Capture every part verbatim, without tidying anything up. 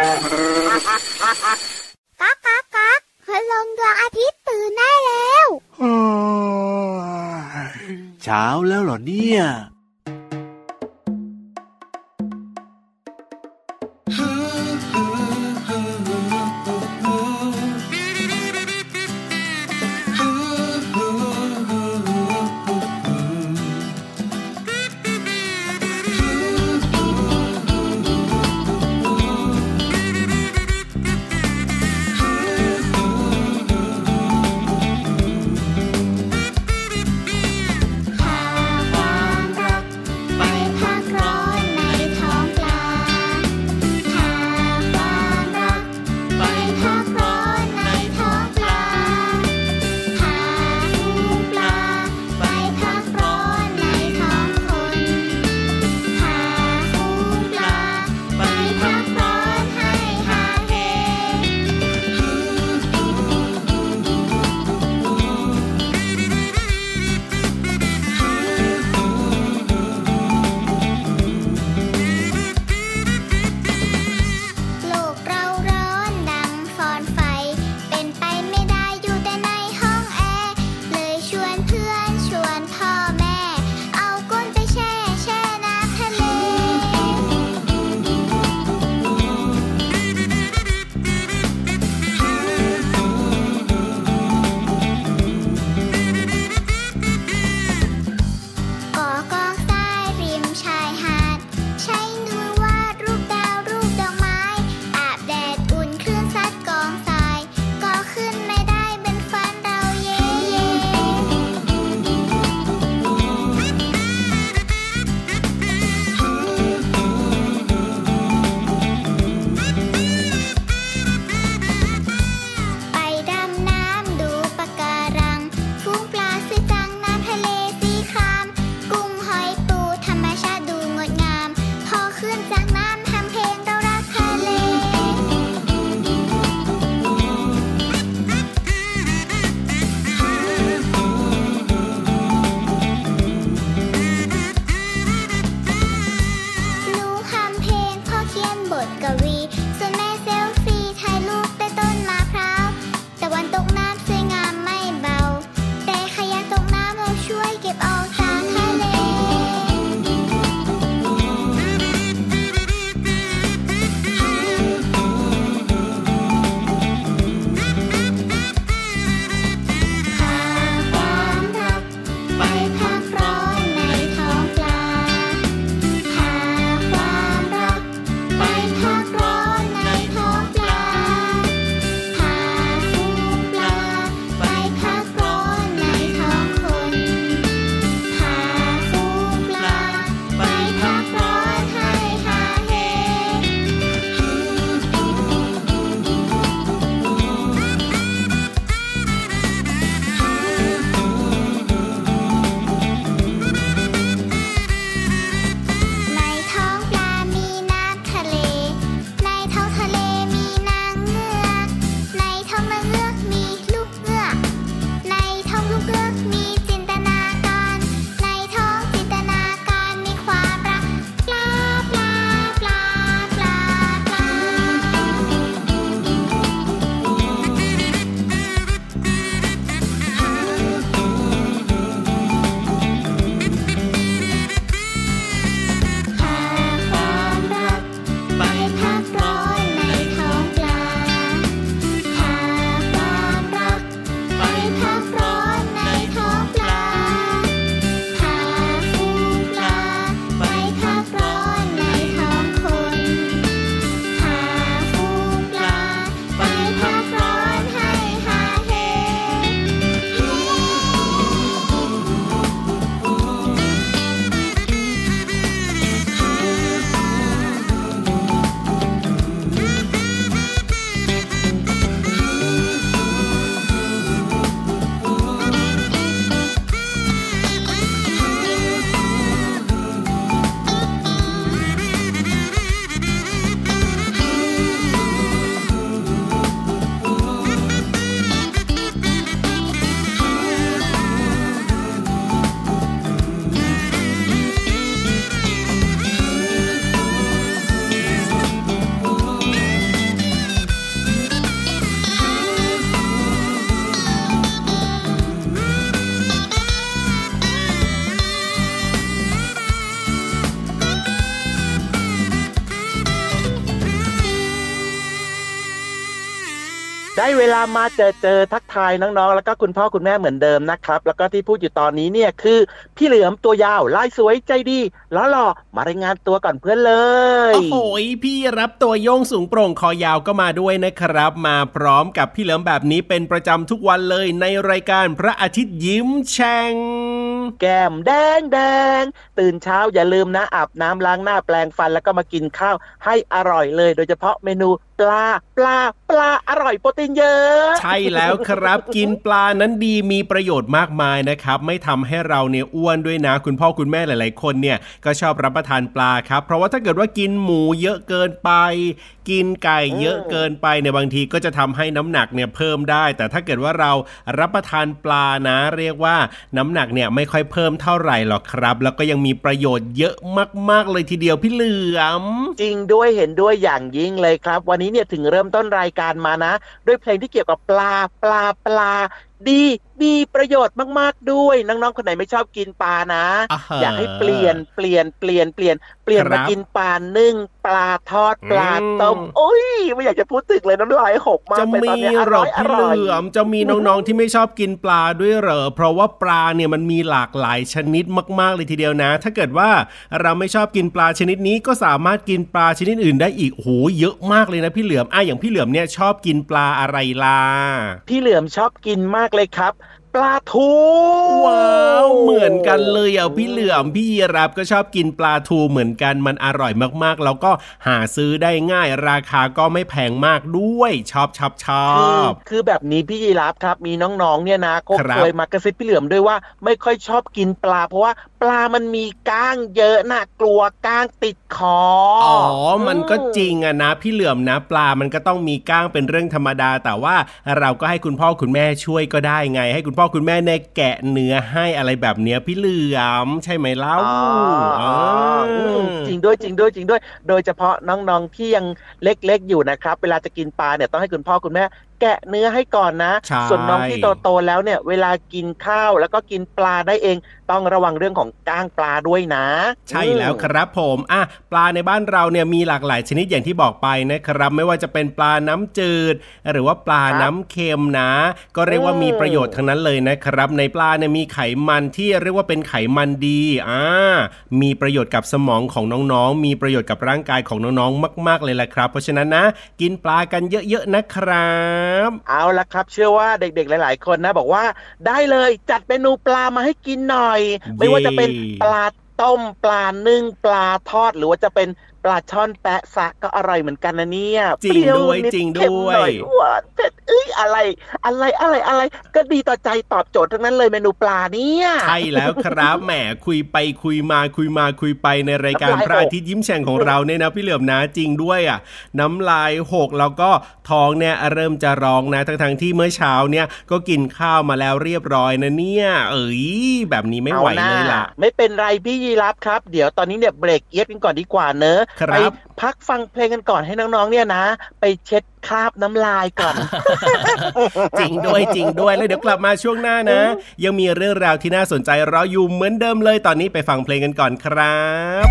ก๊ากก๊ากก๊ากพลังดวงอาทิตย์ตื่นได้แล้วเช้าแล้วเหรอเนี่ยร้อนได้เวลามาเจอเจอทักทายน้องๆแล้วก็คุณพ่อคุณแม่เหมือนเดิมนะครับแล้วก็ที่พูดอยู่ตอนนี้เนี่ยคือพี่เหลือมตัวยาวลายสวยใจดีล้อหล่อมารายงานตัวก่อนเพื่อนเลยโอ้โหพี่รับตัวโยงสูงโปร่งคอยาวก็มาด้วยนะครับมาพร้อมกับพี่เหลือมแบบนี้เป็นประจำทุกวันเลยในรายการพระอาทิตย์ยิ้มแฉ่งแก้มแดงแดงตื่นเช้าอย่าลืมนะอาบน้ำล้างหน้าแปรงฟันแล้วก็มากินข้าวให้อร่อยเลยโดยเฉพาะเมนูปลาปลาปลาอร่อยโปรตีนเยอะใช่แล้วครับ กินปลานั้นดีมีประโยชน์มากมายนะครับไม่ทำให้เราเนี่ยอ้วนด้วยนะคุณพ่อคุณแม่หลายๆคนเนี่ยก็ชอบรับประทานปลาครับเพราะว่าถ้าเกิดว่ากินหมูเยอะเกินไปกินไก่เยอะเกินไปเนี่ยบางทีก็จะทำให้น้ำหนักเนี่ยเพิ่มได้แต่ถ้าเกิดว่าเรารับประทานปลานะเรียกว่าน้ำหนักเนี่ยไม่ค่อยเพิ่มเท่าไหร่หรอกครับแล้วก็ยังมีประโยชน์เยอะมากๆเลยทีเดียวพี่เหลือมจริงด้วยเห็นด้วยอย่างยิ่งเลยครับวันนี้เนี่ยถึงเริ่มต้นรายการมานะด้วยเพลงที่เกี่ยวกับปลาปลาปลาดีมีประโยชน์มากๆด้วยน้องๆคนไหนไม่ชอบกินปลานะ uh-huh. อยากให้เปลี่ยนเปลี่ยนเปลี่ยนเปลี่ยนเปลี่ยนมากินปลานึ่งปลาทอดปลาต้มโอ้ยไม่อยากจะพูดถึงเลยน้ำลายหกมากไปตอนนี้อร่อยอร่อยจะมีน้องๆที่ไม่ชอบกินปลาด้วยเหรอเพราะว่าปลาเนี่ยมันมีหลากหลายชนิดมากๆเลยทีเดียวนะถ้าเกิดว่าเราไม่ชอบกินปลาชนิดนี้ก็สามารถกินปลาชนิดอื่นได้อีกโอ้โหเยอะมากเลยนะพี่เหลือมอ่ะอย่างพี่เหลือมเนี่ยชอบกินปลาอะไรล่ะพี่เหลือมชอบกินมากเลยครับปลาทูว้าวเหมือนกันเลยอ่ะพี่เหลือมพี่ยีรับก็ชอบกินปลาทูเหมือนกันมันอร่อยมากๆแล้วก็หาซื้อได้ง่ายราคาก็ไม่แพงมากด้วยชอบชอบชอบคือคือแบบนี้พี่ยีรับครับมีน้องๆเนี่ยนะก็เคยมากระซิบพี่เหลือมด้วยว่าไม่ค่อยชอบกินปลาเพราะว่าปลามันมีก้างเยอะน่ากลัวก้างติดคออ๋อมันก็จริงอะนะพี่เหลือมนะปลามันก็ต้องมีก้างเป็นเรื่องธรรมดาแต่ว่าเราก็ให้คุณพ่อคุณแม่ช่วยก็ได้ไงให้คุณพ่อคุณแม่ในแกะเนื้อให้อะไรแบบเนี้ยพี่เหลือมใช่ไหมเล่าอ๋อจริงด้วยจริงด้วยจริงด้วยโดยเฉพาะน้องๆที่ยังเล็กๆอยู่นะครับเวลาจะกินปลาเนี่ยต้องให้คุณพ่อคุณแม่แกะเนื้อให้ก่อนนะส่วนน้องที่โตๆแล้วเนี่ยเวลากินข้าวแล้วก็กินปลาได้เองต้องระวังเรื่องของก้างปลาด้วยนะใช่แล้วครับผมอ่ะปลาในบ้านเราเนี่ยมีหลากหลายชนิดอย่างที่บอกไปนะครับไม่ว่าจะเป็นปลาน้ำจืดหรือว่าปลาน้ำเค็มนะก็เรียกว่ามีประโยชน์ทั้งนั้นเลยนะครับในปลาเนี่ยมีไขมันที่เรียกว่าเป็นไขมันดีอ่ามีประโยชน์กับสมองของน้องๆมีประโยชน์กับร่างกายของน้องๆมากๆเลยแหละครับเพราะฉะนั้นนะกินปลากันเยอะๆนะครับเอาละครับเชื่อว่าเด็กๆหลายๆคนนะบอกว่าได้เลยจัดเมนูปลามาให้กินหน่อยไม่ว่าจะเป็นปลาต้มปลานึ่งปลาทอดหรือว่าจะเป็นปลาช่อนแปะซะก็อร่อยเหมือนกันนะเนี่ยจริงด้วยจริงด้วยหวานเผ็ดเอ้ยอะไรอะไรอะไรอะไรก็ดีต่อใจตอบโจทย์ทั้งนั้นเลยเมนูปลาเนี่ยใช่แล้วครับแหมคุยไปคุยมาคุยมาคุยไปในรายการพระอาทิตย์ยิ้มแฉ่งของเราเนี่ยนะพี่เหลือมนะจริงด้วยอ่ะน้ำลายหกแล้วก็ท้องเนี่ยเริ่มจะร้องนะทั้งๆที่เมื่อเช้าเนี่ยก็กินข้าวมาแล้วเรียบร้อยนะเนี่ยเอ้ยแบบนี้ไม่ไหวเลยล่ะไม่เป็นไรพี่ยีรับครับเดี๋ยวตอนนี้เนี่ยเบรกเอี๊ยดกันก่อนดีกว่าเนอะไปพักฟังเพลงกันก่อนให้น้องๆเนี่ยนะไปเช็ดคราบน้ำลายก่อนจริงด้วยจริงด้วยแล้วเดี๋ยวกลับมาช่วงหน้านะยังมีเรื่องราวที่น่าสนใจรออยู่เหมือนเดิมเลยตอนนี้ไปฟังเพลงกันก่อนครับ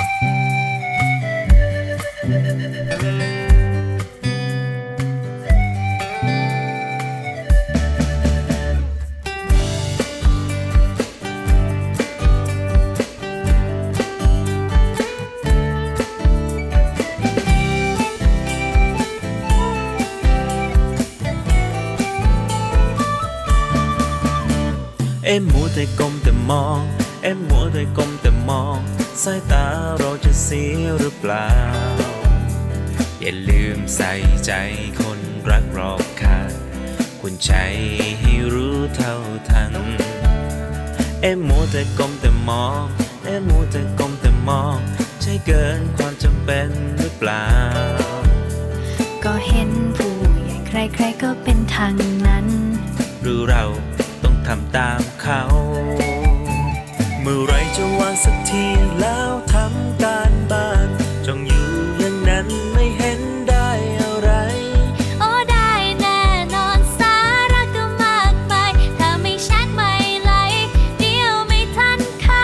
เอ็มมัวแต่ก้มแต่มองเอ็มมัวแต่ก้มแต่มองสายตาเราจะเสียหรือเปล่าอย่าลืมใส่ใจคนรักรอบข้างควรใจให้รู้เท่าทันเอ็มมัวแต่ก้มแต่มองเอ็มมัวแต่ก้มแต่มองใช่เกินความจำเป็นหรือเปล่าก็เห็นผู้ใหญ่ใครๆก็เป็นทางนั้นหรือเราต้องทำตามเขาเมื่อไรจะวางสักทีแล้วทำการบ้านจ้องอยู่อย่างนั้นไม่เห็นได้อะไรโอ้ได้แน่นอนสาระก็มากมายถ้าไม่ชัดไม่ไหลเดี๋ยวไม่ทันเขา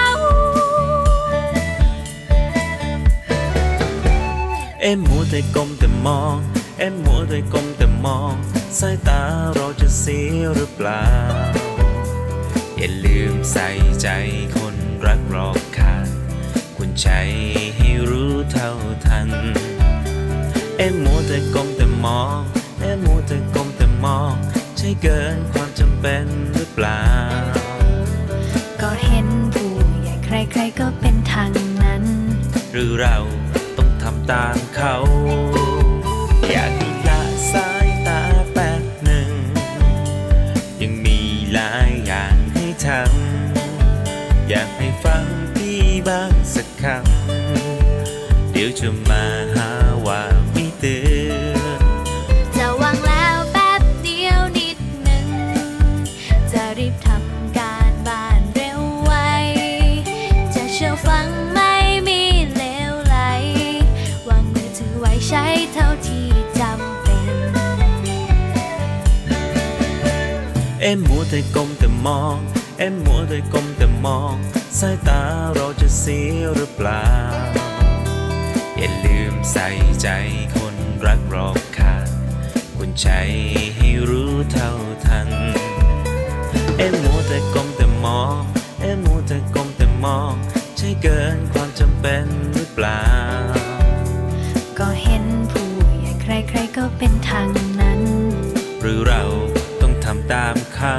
เอ็มมัวแต่ก้มแต่มองเอ็มมัวแต่ก้มแต่มองสายตาเราจะเสียหรือเปล่าอย่าลืมใส่ใจคนรักรอบข้างคุณใจให้รู้เท่าทันเอ็มมัวแต่ก้มแต่มองเอ็มมัวแต่ก้มแต่มองใช่เกินความจำเป็นหรือเปล่าก็เห็นผู้ใหญ่ใครๆก็เป็นทางนั้นหรือเราต้องทำตามเขาอยากให้ละสายตาแป๊บหนึ่งยังมีหลายอย่างให้ทำอยากให้ฟังพี่บ้างสักคำเดี๋ยวจะมาหาว่าไม่เตือนจะวางแล้วแป๊บเดียวนิดหนึ่งจะรีบทำการบ้านเร็วไวจะเชื่อฟังไม่มีเลวไหลวางมือถือไว้ใช้เท่าที่จำเป็นเอ็มมัวแต่ก้มแต่มองเอ็มมัวแต่ก้มแต่มองสายตาเราจะเสียหรือเปล่าอย่าลืมใส่ใจคนรักรอบข้างคุณใจให้รู้เท่าทันเอ็มมัวแต่ก้มแต่มองเอ็มมัวแต่ก้มแต่มองใช่เกินความจำเป็นหรือเปล่าก็เห็นผู้ใหญ่ใครๆก็เป็นทางนั้นหรือเราต้องทำตามเขา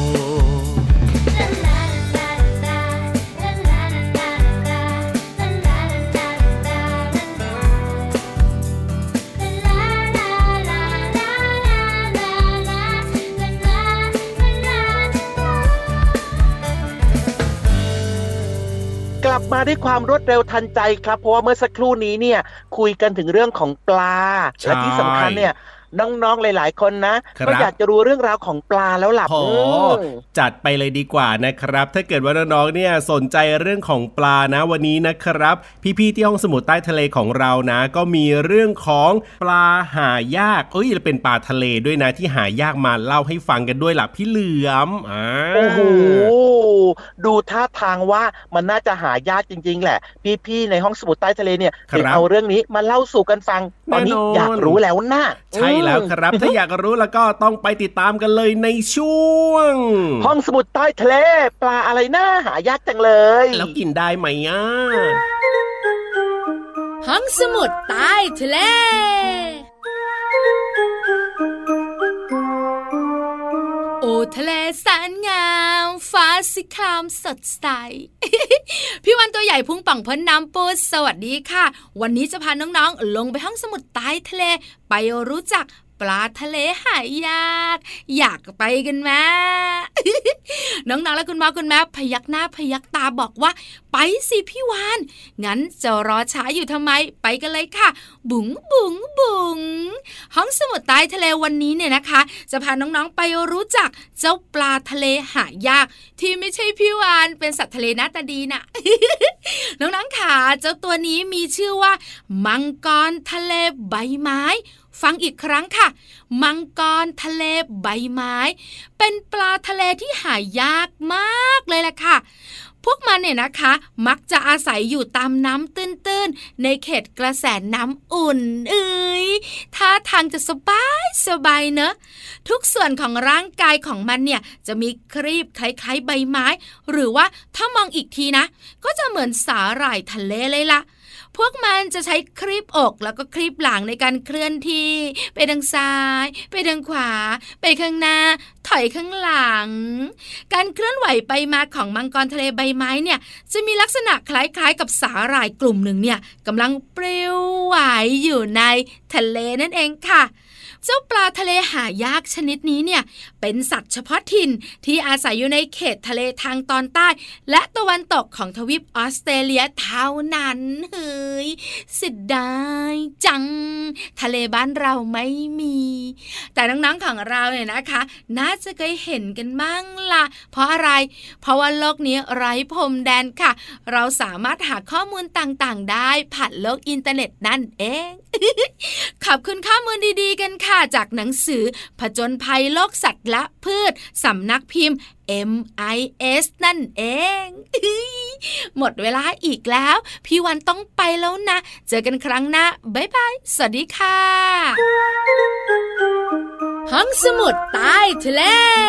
กลับมาด้วยความรวดเร็วทันใจครับเพราะว่าเมื่อสักครู่นี้เนี่ยคุยกันถึงเรื่องของปลาและที่สำคัญเนี่ยน้องๆหลายๆคนนะก็อยากจะรู้เรื่องราวของปลาแล้วล่ะโอ้จัดไปเลยดีกว่านะครับถ้าเกิดว่าน้องๆเนี่ยสนใจเรื่องของปลานะวันนี้นะครับพี่ๆที่ห้องสมุดใต้ทะเลของเรานะก็มีเรื่องของปลาหายากเอ้ยเป็นปลาทะเลด้วยนะที่หายากมาเล่าให้ฟังกันด้วยล่ะพี่เหลือมอ่าโอ้โหดูท่าทางว่ามันน่าจะหายากจริงๆแหละพี่ๆในห้องสมุดใต้ทะเลเนี่ยเดี๋ยวเอาเรื่องนี้มาเล่าสู่กันฟังตอนนี้อยากรู้แล้วนะใช่แล้วครับถ้าอยากรู้แล้วก็ต้องไปติดตามกันเลยในช่วงห้องสมุดใต้ทะเลปลาอะไรน่าหายากจังเลยแล้วกินได้ไหมอ่ะห้องสมุดใต้ทะเลโอ้ทะเลแสนงามฟ้าสีครามสดใส พี่วันตัวใหญ่พุงป่องพ้นน้ำปูสวัสดีค่ะวันนี้จะพาน้องๆลงไปห้องสมุดใต้ทะเลไปรู้จักปลาทะเลหายากอยากไปกันไหม น้องๆและคุณพ่อคุณแม่พยักหน้าพยักตาบอกว่าไปสิพี่วานงั้นจะรอช้าอยู่ทำไมไปกันเลยค่ะบุ๋งบุ๋งบุ๋งห้องสมุดใต้ทะเลวันนี้เนี่ยนะคะจะพาน้องๆไปรู้จักเจ้าปลาทะเลหายากที่ไม่ใช่พี่วานเป็นสัตว์ทะเลหน้าตาดีนะ น้องๆค่ะเจ้าตัวนี้มีชื่อว่ามังกรทะเลใบไม้ฟังอีกครั้งค่ะมังกรทะเลใบไม้เป็นปลาทะเลที่หายากมากเลยแหละค่ะพวกมันเนี่ยนะคะมักจะอาศัยอยู่ตามน้ำตื้นๆในเขตกระแสน้ำอุ่นเอ้ยท่าทางจะสบายสบายเนอะทุกส่วนของร่างกายของมันเนี่ยจะมีครีบคล้ายๆใบไม้หรือว่าถ้ามองอีกทีนะก็จะเหมือนสาหร่ายทะเลเลยล่ะพวกมันจะใช้ครีบอกแล้วก็ครีบหลังในการเคลื่อนที่ไปทางซ้ายไปทางขวาไปข้างหน้าถอยข้างหลังการเคลื่อนไหวไปมาของมังกรทะเลใบไม้เนี่ยจะมีลักษณะคล้ายๆกับสาหร่ายกลุ่มหนึ่งเนี่ยกำลังปลิวไหวอยู่ในทะเลนั่นเองค่ะเจ้าปลาทะเลหายากชนิดนี้เนี่ยเป็นสัตว์เฉพาะถิ่นที่อาศัยอยู่ในเขตทะเลทางตอนใต้และตะวันตกของทวีปออสเตรเลียเท่านั้นเฮ้ยเสียดายจังทะเลบ้านเราไม่มีแต่น้องๆของเราเนี่ยนะคะน่าจะเคยเห็นกันบ้างล่ะเพราะอะไรเพราะว่าโลกนี้ไร้พรมแดนค่ะเราสามารถหาข้อมูลต่างๆได้ผ่านโลกอินเทอร์เน็ตนั่นเอง ขอบคุณข้อมูลดีๆกันค่ะจากหนังสือผจญภัยโลกสัตว์และพืชสำนักพิมพ์ เอ็ม ไอ เอส นั่นเองหมดเวลาอีกแล้วพี่วันต้องไปแล้วนะเจอกันครั้งหน้าบ๊ายบายสวัสดีค่ะห้องสมุดใต้ทะเล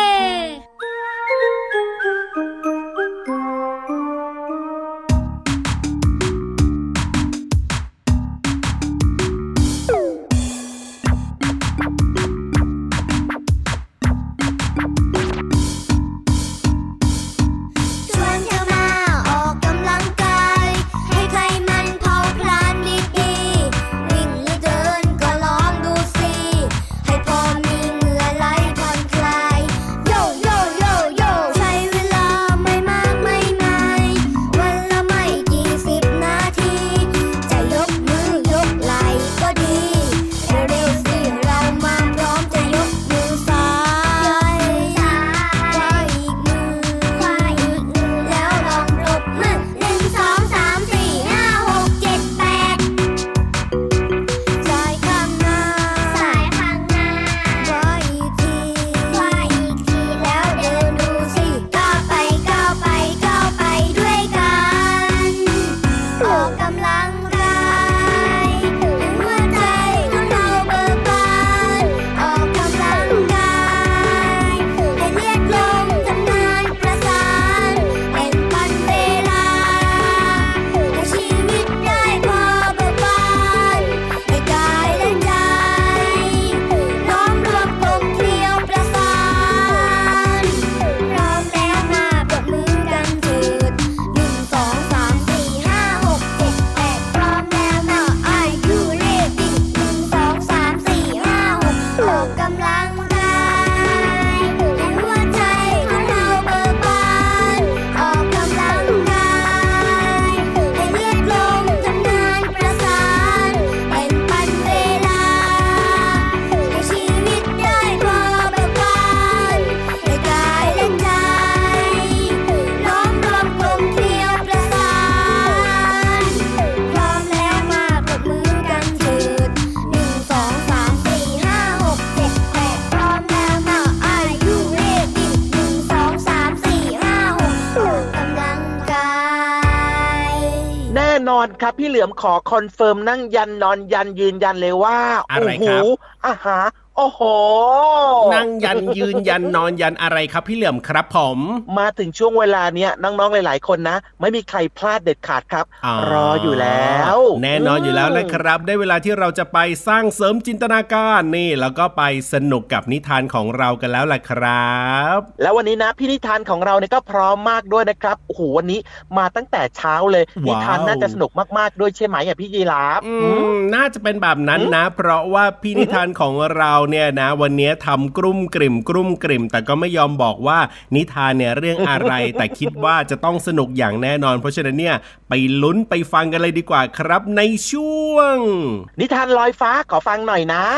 ครับพี่เหลือมขอคอนเฟิร์มนั่งยันนอนยันยืนยันเลยว่าอะไรครับอาหารโอ้โหนั่งยันยืนยันนอนยันอะไรครับพี่เหลือมครับผมมาถึงช่วงเวลาเนี้ยน้องๆหลายๆคนนะไม่มีใครพลาดเด็ดขาดครับรออยู่แล้วแน่นอนอยู่แล้วเลยครับได้เวลาที่เราจะไปสร้างเสริมจินตนาการนี่แล้วก็ไปสนุกกับนิทานของเรากันแล้วล่ะครับแล้ววันนี้นะพี่นิทานของเราเนี่ยก็พร้อมมากด้วยนะครับโอ้โหวันนี้มาตั้งแต่เช้าเลยนิทานน่าจะสนุกมากๆด้วยใช่ไหมอ่ะพี่ยีราฟน่าจะเป็นแบบนั้นนะเพราะว่าพี่นิทานของเราเนี่ยนะวันนี้ทำกรุ่มกริ่มกรุ่มกริ่มแต่ก็ไม่ยอมบอกว่านิทานเนี่ยเรื่องอะไร แต่คิดว่าจะต้องสนุกอย่างแน่นอนเพราะฉะนั้นเนี่ยไปลุ้นไปฟังกันเลยดีกว่าครับในช่วงนิทานลอยฟ้าขอฟังหน่อยนะ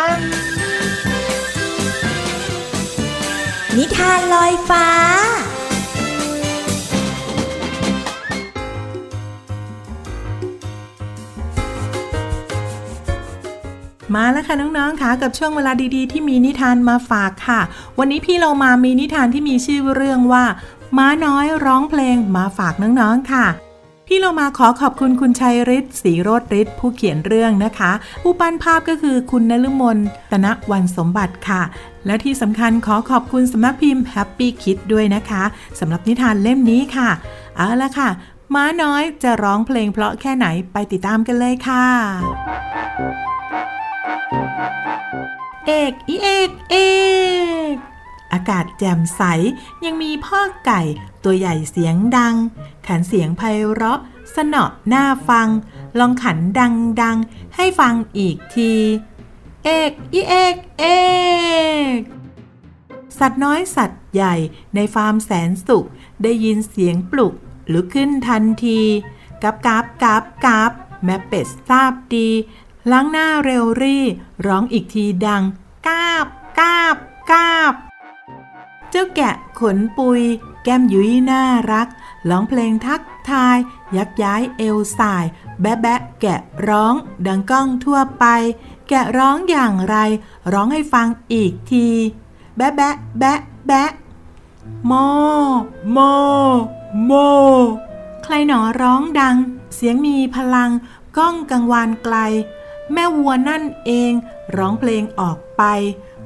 นิทานลอยฟ้ามาแล้วค่ะน้องๆค่ะกับช่วงเวลาดีๆที่มีนิทานมาฝากค่ะวันนี้พี่เรามามีนิทานที่มีชื่อเรื่องว่าม้าน้อยร้องเพลงมาฝากน้องๆค่ะพี่เรามาขอขอบคุณคุณชัยฤทธิ์ศรีโรจน์ฤทธิ์ผู้เขียนเรื่องนะคะผู้ปั้นภาพก็คือคุณนฤมลตนะวันสมบัติค่ะและที่สำคัญขอขอบคุณสำนักพิมพ์ Happy Kids ด้วยนะคะสำหรับนิทานเล่มนี้ค่ะเอาละค่ะม้าน้อยจะร้องเพลงเพราะแค่ไหนไปติดตามกันเลยค่ะเอกอีเอกเอกอากาศแจ่มใสยังมีพ่อไก่ตัวใหญ่เสียงดังขันเสียงไพเราะสนอน่าฟังลองขันดังๆให้ฟังอีกทีเอกอีเอกเอกสัตว์น้อยสัตว์ใหญ่ในฟาร์มแสนสุขได้ยินเสียงปลุกลุกขึ้นทันทีกับกับกับกับแม่เป็ดทราบดีล้างหน้าเร็วรี่ร้องอีกทีดังกาบกาบกาบเจ้าแกะขนปุยแก้มยุ้ยน่ารักร้องเพลงทักทายยักย้ายเอวสายแบะแบะแกะร้องดังก้องทั่วไปแกะร้องอย่างไรร้องให้ฟังอีกทีแบะแบะแบะแบะโมโมโมใครหนอร้องดังเสียงมีพลังก้องกังวานไกลแม่วัวนั่นเองร้องเพลงออกไป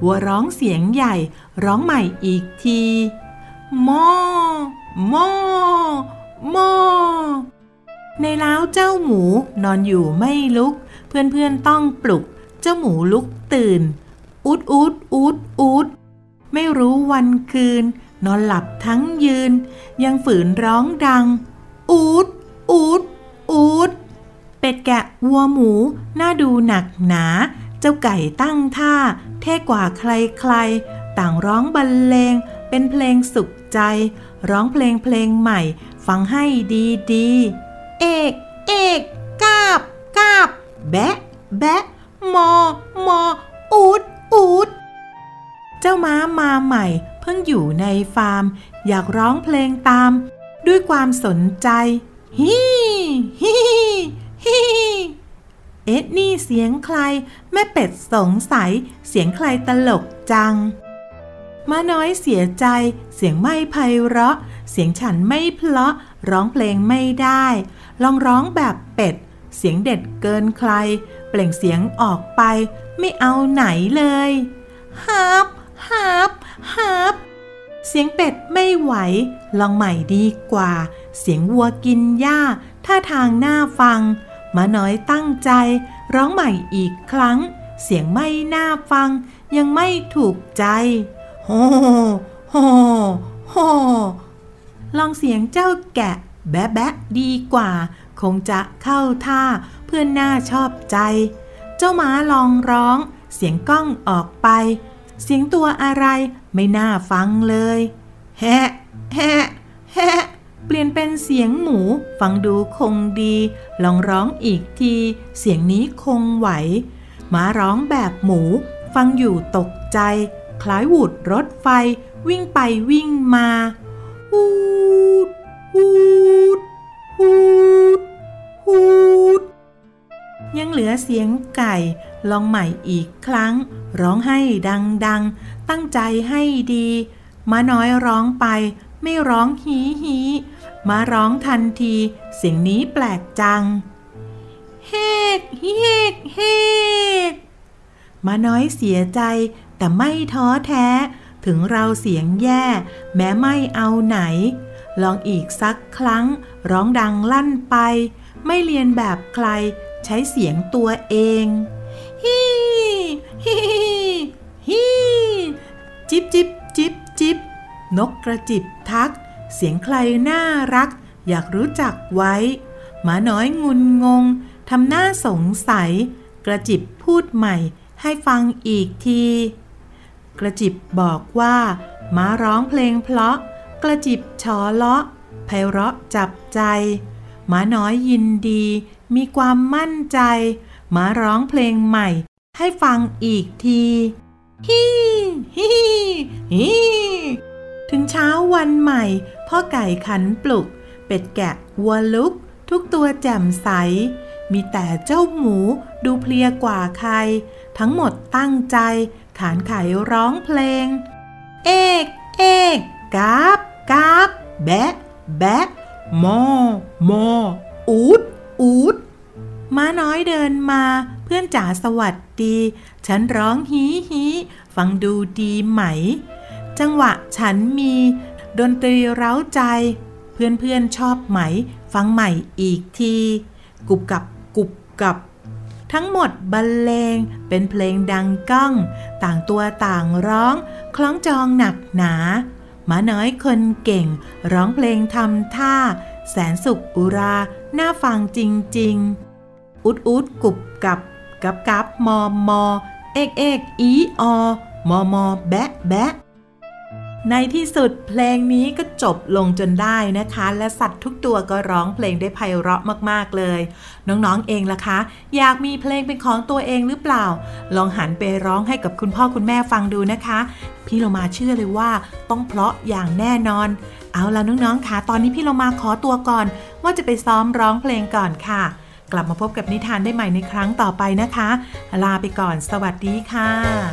วัวร้องเสียงใหญ่ร้องใหม่อีกทีมอมอมอในเล้าเจ้าหมูนอนอยู่ไม่ลุกเพื่อนๆต้องปลุกเจ้าหมูลุกตื่นอูดอูดอูดอูดไม่รู้วันคืนนอนหลับทั้งยืนยังฝืนร้องดังอูดอูดอูดเป็ดแกะวัวหมูน่าดูหนักหนาเจ้าไก่ตั้งท่าเท่กว่าใครๆต่างร้องบรรเลงเป็นเพลงสุขใจร้องเพลงเพลงใหม่ฟังให้ดีๆเอกเอกกาบกาบแบะแบะมอมออูดอูดเจ้าม้ามาใหม่เพิ่งอยู่ในฟาร์มอยากร้องเพลงตามด้วยความสนใจฮิฮิฮิเอ็ดนี่เสียงใครแม่เป็ดสงสัยเสียงใครตลกจังม้าน้อยเสียใจเสียงไม่ไพเราะเสียงฉันไม่เพราะร้องเพลงไม่ได้ลองร้องแบบเป็ดเสียงเด็ดเกินใครเปล่งเสียงออกไปไม่เอาไหนเลยฮับฮับฮับเสียงเป็ดไม่ไหวลองใหม่ดีกว่าเสียงวัวกินหญ้าท่าทางน่าฟังม้าน้อยตั้งใจร้องใหม่อีกครั้งเสียงไม่น่าฟังยังไม่ถูกใจโฮโฮโฮลองเสียงเจ้าแกะแบะแบะดีกว่าคงจะเข้าท่าเพื่อนน่าชอบใจเจ้าม้าลองร้องเสียงก้องออกไปเสียงตัวอะไรไม่น่าฟังเลยแฮะแฮะแฮะเปลี่ยนเป็นเสียงหมูฟังดูคงดีลองร้องอีกทีเสียงนี้คงไหวม้าร้องแบบหมูฟังอยู่ตกใจคล้ายหวูดรถไฟวิ่งไปวิ่งมาฮูดฮูดฮูดฮูดยังเหลือเสียงไก่ลองใหม่อีกครั้งร้องให้ดังๆตั้งใจให้ดีม้าน้อยร้องไปไม่ร้องฮีฮีม้าร้องทันทีเสียงนี้แปลกจังเฮกเฮกเฮกม้าน้อยเสียใจแต่ไม่ท้อแท้ถึงเราเสียงแย่แม้ไม่เอาไหนลองอีกสักครั้งร้องดังลั่นไปไม่เรียนแบบใครใช้เสียงตัวเองฮีฮีฮีจิบจิบจิบจิบนกกระจิบทักเสียงใครน่ารักอยากรู้จักไว้หมาน้อยงุนงงทำหน้าสงสัยกระจิบพูดใหม่ให้ฟังอีกทีกระจิบบอกว่าม้าร้องเพลงเพราะกระจิบฉอเลาะไพเราะจับใจม้าน้อยยินดีมีความมั่นใจม้าร้องเพลงใหม่ให้ฟังอีกทีฮีฮีฮีถึงเช้าวันใหม่พ่อไก่ขันปลุกเป็ดแกะวัวลุกทุกตัวแจ่มใสมีแต่เจ้าหมูดูเพลียกว่าใครทั้งหมดตั้งใจขานไขร้องเพลงเอกเอกกาบกาบแบะแบะมอมออูดอูดม้าน้อยเดินมาเพื่อนจ๋าสวัสดีฉันร้องฮีฮีฟังดูดีไหมจังหวะฉันมีดนตรีเร้าใจเพื่อนๆชอบไหมฟังใหม่อีกทีกุบกับกุบกับทั้งหมดบรรเลงเป็นเพลงดังก้องต่างตัวต่างร้องคล้องจองหนักหนาม้าน้อยคนเก่งร้องเพลงทำท่าแสนสุขอุราน่าฟังจริงๆอุดอุดกุบกับกับกับมอมอเอกเอกอีออมอมอแบะแบะในที่สุดเพลงนี้ก็จบลงจนได้นะคะและสัตว์ทุกตัวก็ร้องเพลงได้ไพเราะมากๆเลยน้องๆเองล่ะคะอยากมีเพลงเป็นของตัวเองหรือเปล่าลองหันไปร้องให้กับคุณพ่อคุณแม่ฟังดูนะคะพี่เรามาเชื่อเลยว่าต้องเพราะอย่างแน่นอนเอาล่ะน้องๆค่ะตอนนี้พี่เรามาขอตัวก่อนว่าจะไปซ้อมร้องเพลงก่อนค่ะกลับมาพบกับนิทานได้ใหม่ในครั้งต่อไปนะคะลาไปก่อนสวัสดีค่ะ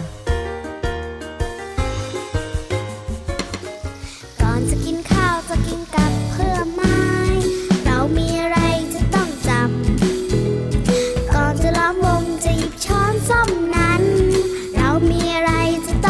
จะกินข้าวจะกินกับเพื่อไม้เรามีอะไรจะต้องจำก่อนจะล้อมวงจะหยิบช้อนส้อมนั้นเรามีอะไรจะต้อง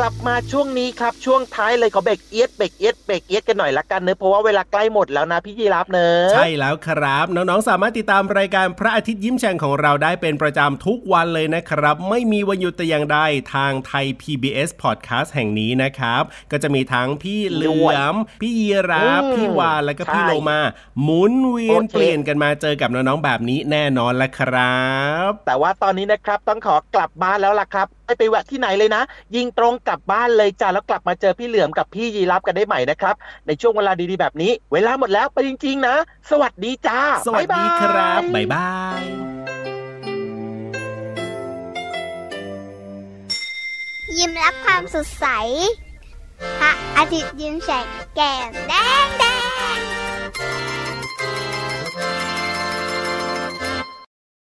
ลับมาช่วงนี้ครับช่วงท้ายเลยขอเบรกเอียดเบรกเอียดเบรกเอียดกันหน่อยละกันเนอะเพราะว่าเวลาใกล้หมดแล้วนะพี่ยีราฟเนอะใช่แล้วครับน้องๆสามารถติดตามรายการพระอาทิตย์ยิ้มแฉ่งของเราได้เป็นประจำทุกวันเลยนะครับไม่มีวันหยุดแต่อย่างใดทางไทย พี บี เอส Podcast แห่งนี้นะครับก็จะมีทั้งพี่เหลือมพี่ยีราฟพี่วานแล้วก็พี่โลมาหมุนเวียนเปลี่ยนกันมาเจอกับน้องๆแบบนี้แน่นอนละครับแต่ว่าตอนนี้นะครับต้องขอกลับบ้านแล้วล่ะครับไม่ไปแวะที่ไหนเลยนะยิงตรงกลับบ้านเลยจ้าแล้วกลับมาเจอพี่เหลือมกับพี่ยีราฟกันได้ใหม่นะครับในช่วงเวลาดีๆแบบนี้เวลาหมดแล้วไปจริงๆนะสวัสดีจ้าสวัสดีครับบ๊ายบายยิ้มรับความสดใสพระอาทิตย์ยิ้มแฉกแก้มแดง